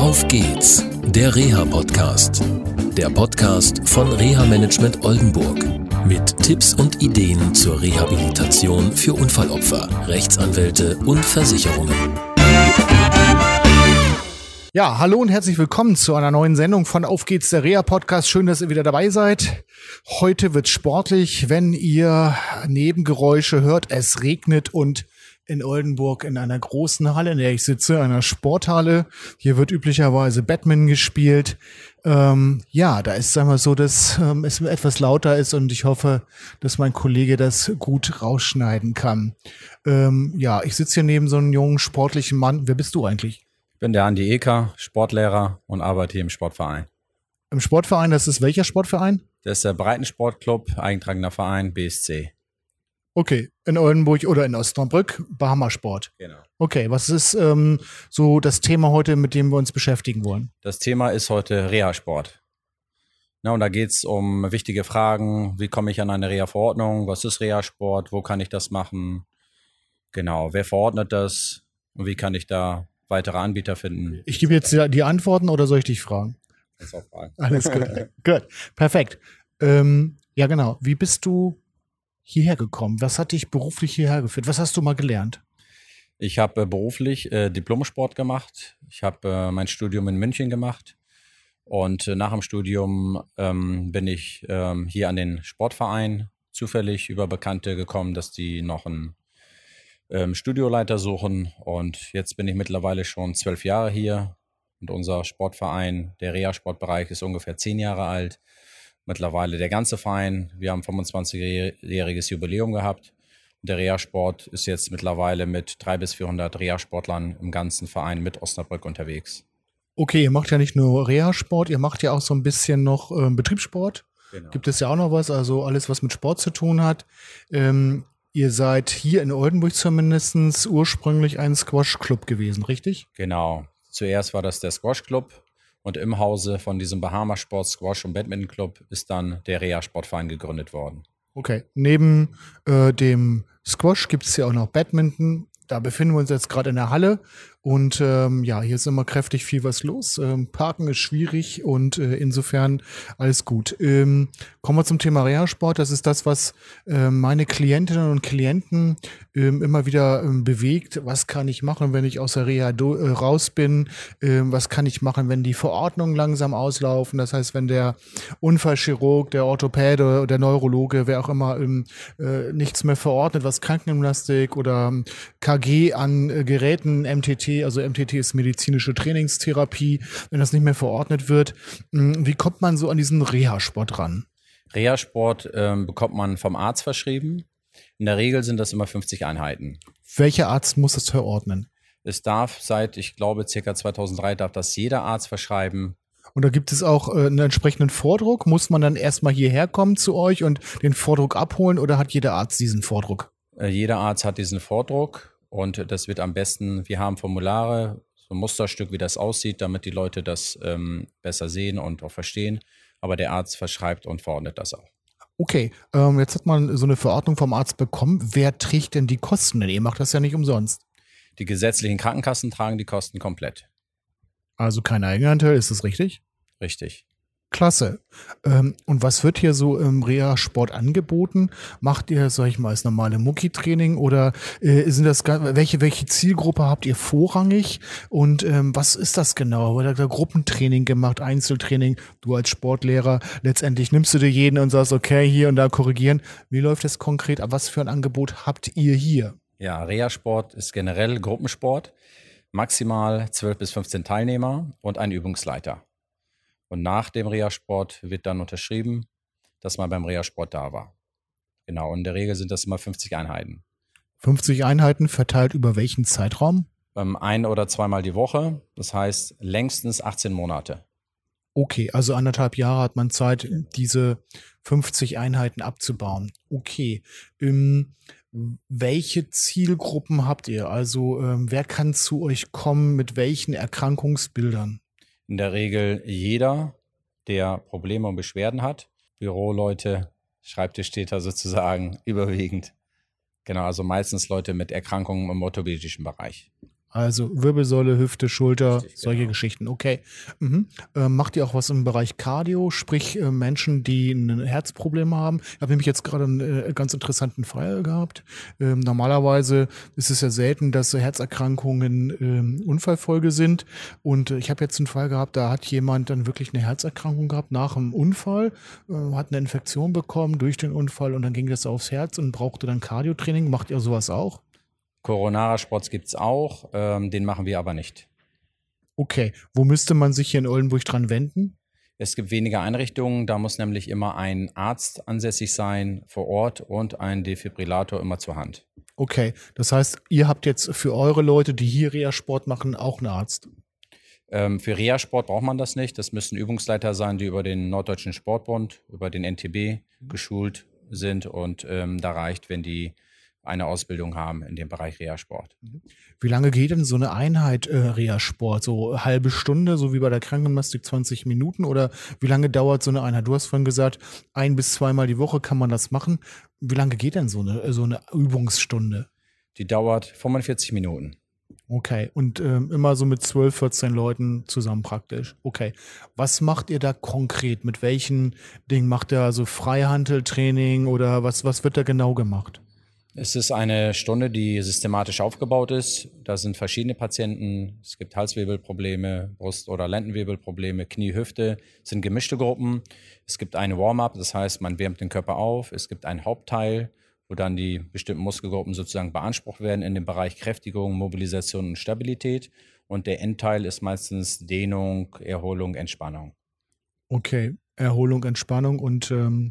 Auf geht's, der Reha-Podcast. Der Podcast von Reha-Management Oldenburg. Mit Tipps und Ideen zur Rehabilitation für Unfallopfer, Rechtsanwälte und Versicherungen. Ja, hallo und herzlich willkommen zu einer neuen Sendung von Auf geht's, der Reha-Podcast. Schön, dass ihr wieder dabei seid. Heute wird's sportlich, wenn ihr Nebengeräusche hört. Es regnet und in Oldenburg in einer großen Halle, in der ich sitze, einer Sporthalle. Hier wird üblicherweise Badminton gespielt. Da ist, sagen wir so, dass es etwas lauter ist und ich hoffe, dass mein Kollege das gut rausschneiden kann. Ich sitze hier neben so einem jungen, sportlichen Mann. Wer bist du eigentlich? Ich bin der Andi Eker, Sportlehrer und arbeite hier im Sportverein. Im Sportverein, das ist welcher Sportverein? Das ist der Breitensportclub, eingetragener Verein, BSC. Okay, in Oldenburg oder in Osnabrück, Bahamasport. Genau. Okay, was ist so das Thema heute, mit dem wir uns beschäftigen wollen? Das Thema ist heute Reha-Sport. Und da geht es um wichtige Fragen. Wie komme ich an eine Reha-Verordnung? Was ist Reha-Sport? Wo kann ich das machen? Genau, wer verordnet das? Und wie kann ich da weitere Anbieter finden? Ich gebe jetzt die Antworten oder soll ich dich fragen? Das ist auch Fragen. Alles gut. Gut, perfekt. Genau. Wie bist du hierher gekommen? Was hat dich beruflich hierher geführt? Was hast du mal gelernt? Ich habe beruflich Diplomsport gemacht. Ich habe mein Studium in München gemacht. Und nach dem Studium bin ich hier an den Sportverein zufällig über Bekannte gekommen, dass die noch einen Studioleiter suchen. Und jetzt bin ich mittlerweile schon 12 Jahre hier. Und unser Sportverein, der Reha-Sportbereich, ist ungefähr 10 Jahre alt. Mittlerweile der ganze Verein. Wir haben 25-jähriges Jubiläum gehabt. Und der Reha-Sport ist jetzt mittlerweile mit 300 bis 400 Reha-Sportlern im ganzen Verein mit Osnabrück unterwegs. Okay, ihr macht ja nicht nur Reha-Sport, ihr macht ja auch so ein bisschen noch Betriebssport. Genau. Gibt es ja auch noch was, also alles, was mit Sport zu tun hat. Ihr seid hier in Oldenburg zumindest ursprünglich ein Squash-Club gewesen, richtig? Genau. Zuerst war das der Squash-Club. Und im Hause von diesem Bahamasport Squash- und Badminton-Club ist dann der Reha-Sportverein gegründet worden. Okay, neben dem Squash gibt es ja auch noch Badminton. Da befinden wir uns jetzt gerade in der Halle und hier ist immer kräftig viel was los. Parken ist schwierig und insofern alles gut. Kommen wir zum Thema Reha-Sport. Das ist das, was meine Klientinnen und Klienten immer wieder bewegt. Was kann ich machen, wenn ich aus der Reha raus bin? Was kann ich machen, wenn die Verordnungen langsam auslaufen? Das heißt, wenn der Unfallchirurg, der Orthopäde, der Neurologe, wer auch immer nichts mehr verordnet, was Krankengymnastik oder KG an Geräten, MTT, also MTT ist medizinische Trainingstherapie, wenn das nicht mehr verordnet wird. Wie kommt man so an diesen Reha-Sport ran? Reha-Sport bekommt man vom Arzt verschrieben. In der Regel sind das immer 50 Einheiten. Welcher Arzt muss das verordnen? Es darf seit, ich glaube, ca. 2003 darf das jeder Arzt verschreiben. Und da gibt es auch einen entsprechenden Vordruck. Muss man dann erstmal hierher kommen zu euch und den Vordruck abholen oder hat jeder Arzt diesen Vordruck? Jeder Arzt hat diesen Vordruck und das wird am besten, wir haben Formulare, so ein Musterstück, wie das aussieht, damit die Leute das besser sehen und auch verstehen. Aber der Arzt verschreibt und verordnet das auch. Okay, jetzt hat man so eine Verordnung vom Arzt bekommen. Wer trägt denn die Kosten? Denn ihr macht das ja nicht umsonst. Die gesetzlichen Krankenkassen tragen die Kosten komplett. Also kein Eigenanteil, ist das richtig? Richtig. Klasse. Und was wird hier so im Reha-Sport angeboten? Macht ihr, sag ich mal, das normale Mucki-Training oder sind das welche Zielgruppe habt ihr vorrangig? Und was ist das genau? Wird da Gruppentraining gemacht, Einzeltraining? Du als Sportlehrer, letztendlich nimmst du dir jeden und sagst, okay, hier und da korrigieren. Wie läuft das konkret? Aber was für ein Angebot habt ihr hier? Ja, Reha-Sport ist generell Gruppensport. Maximal 12 bis 15 Teilnehmer und ein Übungsleiter. Und nach dem Reha-Sport wird dann unterschrieben, dass man beim Reha-Sport da war. Genau, und in der Regel sind das immer 50 Einheiten. 50 Einheiten verteilt über welchen Zeitraum? Ein- oder zweimal die Woche, das heißt längstens 18 Monate. Okay, also 1,5 Jahre hat man Zeit, diese 50 Einheiten abzubauen. Okay, welche Zielgruppen habt ihr? Also wer kann zu euch kommen, mit welchen Erkrankungsbildern? In der Regel jeder, der Probleme und Beschwerden hat. Büroleute, Schreibtischtäter sozusagen überwiegend. Genau, also meistens Leute mit Erkrankungen im orthopädischen Bereich. Also Wirbelsäule, Hüfte, Schulter, Richtig, solche genau. Geschichten. Okay. Macht ihr auch was im Bereich Cardio, sprich Menschen, die ein Herzproblem haben? Ich habe nämlich jetzt gerade einen ganz interessanten Fall gehabt. Normalerweise ist es ja selten, dass Herzerkrankungen Unfallfolge sind. Und ich habe jetzt einen Fall gehabt, da hat jemand dann wirklich eine Herzerkrankung gehabt nach dem Unfall, hat eine Infektion bekommen durch den Unfall und dann ging das aufs Herz und brauchte dann Cardio-Training. Macht ihr sowas auch? Coronaria-Sports gibt es auch, den machen wir aber nicht. Okay, wo müsste man sich hier in Oldenburg dran wenden? Es gibt wenige Einrichtungen, da muss nämlich immer ein Arzt ansässig sein vor Ort und ein Defibrillator immer zur Hand. Okay, das heißt, ihr habt jetzt für eure Leute, die hier Reha-Sport machen, auch einen Arzt. Für Reha-Sport braucht man das nicht. Das müssen Übungsleiter sein, die über den Norddeutschen Sportbund, über den NTB geschult sind und da reicht, wenn die eine Ausbildung haben in dem Bereich Reha-Sport. Wie lange geht denn so eine Einheit Reha-Sport? So eine halbe Stunde, so wie bei der Krankengymnastik 20 Minuten? Oder wie lange dauert so eine Einheit? Du hast vorhin gesagt, 1- bis 2-mal die Woche kann man das machen. Wie lange geht denn so eine Übungsstunde? Die dauert 45 Minuten. Okay, und immer so mit 12, 14 Leuten zusammen praktisch. Okay, was macht ihr da konkret? Mit welchen Dingen macht ihr also Freihanteltraining oder was wird da genau gemacht? Es ist eine Stunde, die systematisch aufgebaut ist. Da sind verschiedene Patienten. Es gibt Halswirbelprobleme, Brust- oder Lendenwirbelprobleme, Knie, Hüfte. Es sind gemischte Gruppen. Es gibt eine Warm-up, das heißt, man wärmt den Körper auf. Es gibt einen Hauptteil, wo dann die bestimmten Muskelgruppen sozusagen beansprucht werden in dem Bereich Kräftigung, Mobilisation und Stabilität. Und der Endteil ist meistens Dehnung, Erholung, Entspannung. Okay, Erholung, Entspannung und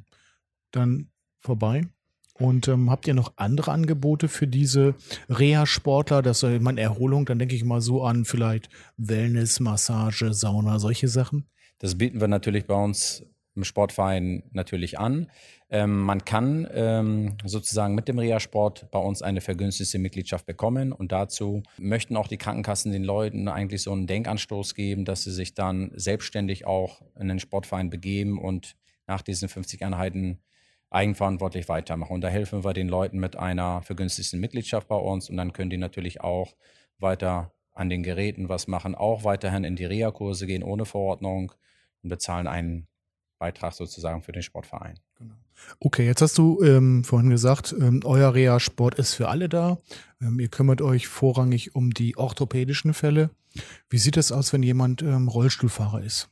dann vorbei. Und habt ihr noch andere Angebote für diese Reha-Sportler? Dass man Erholung, dann denke ich mal so an vielleicht Wellness, Massage, Sauna, solche Sachen. Das bieten wir natürlich bei uns im Sportverein natürlich an. Man kann sozusagen mit dem Reha-Sport bei uns eine vergünstigte Mitgliedschaft bekommen und dazu möchten auch die Krankenkassen den Leuten eigentlich so einen Denkanstoß geben, dass sie sich dann selbstständig auch in den Sportverein begeben und nach diesen 50 Einheiten eigenverantwortlich weitermachen. Und da helfen wir den Leuten mit einer vergünstigten Mitgliedschaft bei uns und dann können die natürlich auch weiter an den Geräten was machen, auch weiterhin in die Reha-Kurse gehen ohne Verordnung und bezahlen einen Beitrag sozusagen für den Sportverein. Genau. Okay, jetzt hast du vorhin gesagt, euer Reha-Sport ist für alle da. Ihr kümmert euch vorrangig um die orthopädischen Fälle. Wie sieht es aus, wenn jemand Rollstuhlfahrer ist?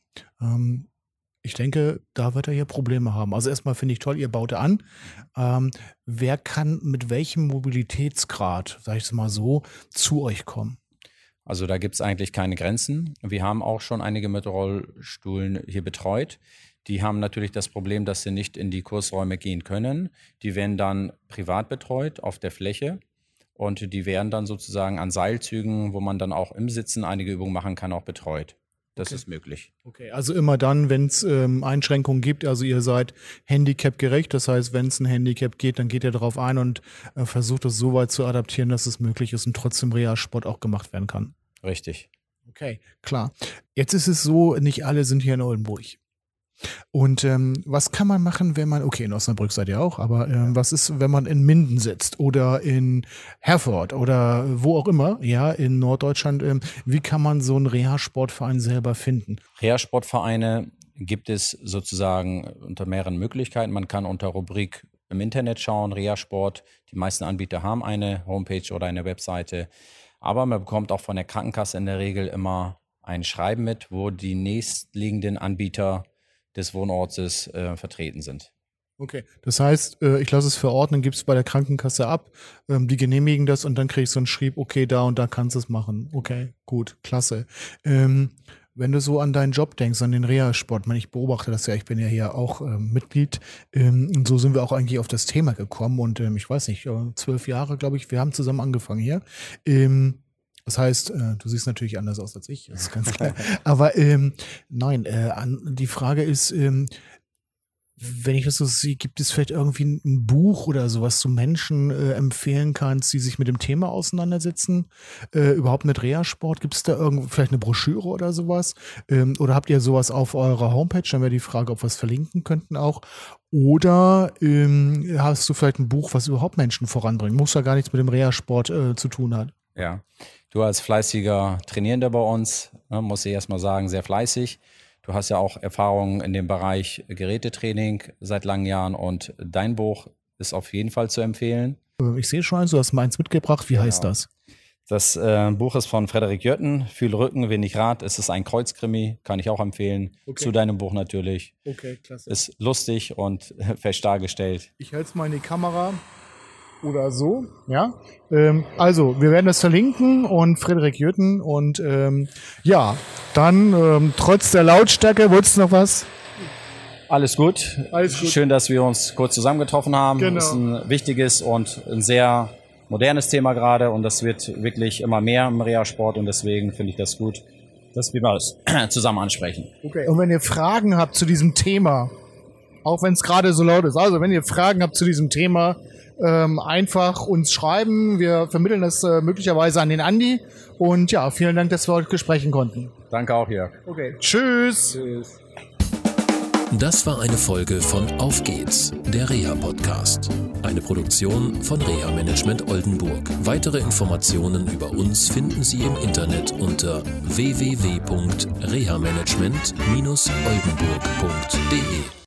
Ich denke, da wird er hier Probleme haben. Also erstmal finde ich toll, ihr baut an. Wer kann mit welchem Mobilitätsgrad, sage ich es mal so, zu euch kommen? Also da gibt es eigentlich keine Grenzen. Wir haben auch schon einige mit Rollstühlen hier betreut. Die haben natürlich das Problem, dass sie nicht in die Kursräume gehen können. Die werden dann privat betreut auf der Fläche und die werden dann sozusagen an Seilzügen, wo man dann auch im Sitzen einige Übungen machen kann, auch betreut. Das ist möglich. Okay, also immer dann, wenn es Einschränkungen gibt, also ihr seid handicapgerecht, das heißt, wenn es ein Handicap geht, dann geht ihr darauf ein und versucht es so weit zu adaptieren, dass es möglich ist und trotzdem Reha-Sport auch gemacht werden kann. Richtig. Okay, klar. Jetzt ist es so, nicht alle sind hier in Oldenburg. Und was kann man machen, wenn man, okay, in Osnabrück seid ihr auch, aber was ist, wenn man in Minden sitzt oder in Herford oder wo auch immer, ja, in Norddeutschland, wie kann man so einen Reha-Sportverein selber finden? Reha-Sportvereine gibt es sozusagen unter mehreren Möglichkeiten. Man kann unter Rubrik im Internet schauen, Reha-Sport. Die meisten Anbieter haben eine Homepage oder eine Webseite. Aber man bekommt auch von der Krankenkasse in der Regel immer ein Schreiben mit, wo die nächstliegenden Anbieter des Wohnortes vertreten sind. Okay, das heißt, ich lasse es verordnen, gebe es bei der Krankenkasse ab, die genehmigen das und dann kriege ich so einen Schrieb, okay, da und da kannst du es machen. Okay, gut, klasse. Wenn du so an deinen Job denkst, an den Reha-Sport, ich beobachte das ja, ich bin ja hier auch Mitglied und so sind wir auch eigentlich auf das Thema gekommen und ich weiß nicht, 12 Jahre, glaube ich, wir haben zusammen angefangen hier. Das heißt, du siehst natürlich anders aus als ich, das ist ganz klar. Aber nein, die Frage ist, wenn ich das so sehe, gibt es vielleicht irgendwie ein Buch oder sowas du Menschen empfehlen kannst, die sich mit dem Thema auseinandersetzen? Überhaupt mit Reha-Sport? Gibt es da vielleicht eine Broschüre oder sowas? Oder habt ihr sowas auf eurer Homepage? Dann wäre die Frage, ob wir es verlinken könnten auch. Oder hast du vielleicht ein Buch, was überhaupt Menschen voranbringt? Muss ja gar nichts mit dem Reha-Sport zu tun hat. Ja, Du als fleißiger Trainierender bei uns, muss ich erstmal sagen, sehr fleißig. Du hast ja auch Erfahrungen in dem Bereich Gerätetraining seit langen Jahren und dein Buch ist auf jeden Fall zu empfehlen. Ich sehe schon, du hast meins mitgebracht. Wie heißt das? Das Buch ist von Frederik Jötten, Fühl Rücken, wenig Rad. Es ist ein Kreuzkrimi, kann ich auch empfehlen. Okay. Zu deinem Buch natürlich. Okay, klasse. Ist lustig und fest dargestellt. Ich halte es mal in die Kamera oder so, ja. Also, wir werden das verlinken und Frederik Jötten und ja, dann trotz der Lautstärke, wolltest du noch was? Alles gut. Alles gut. Schön, dass wir uns kurz zusammengetroffen haben. Genau. Das ist ein wichtiges und ein sehr modernes Thema gerade und das wird wirklich immer mehr im Reha-Sport und deswegen finde ich das gut, dass wir das zusammen ansprechen. Okay. Und wenn ihr Fragen habt zu diesem Thema, auch wenn es gerade so laut ist, also wenn ihr Fragen habt zu diesem Thema, einfach uns schreiben. Wir vermitteln das möglicherweise an den Andi und ja, vielen Dank, dass wir heute sprechen konnten. Danke auch, Jörg. Okay. Tschüss. Tschüss. Das war eine Folge von Auf geht's, der Reha-Podcast. Eine Produktion von Reha Management Oldenburg. Weitere Informationen über uns finden Sie im Internet unter www.rehamanagement-oldenburg.de.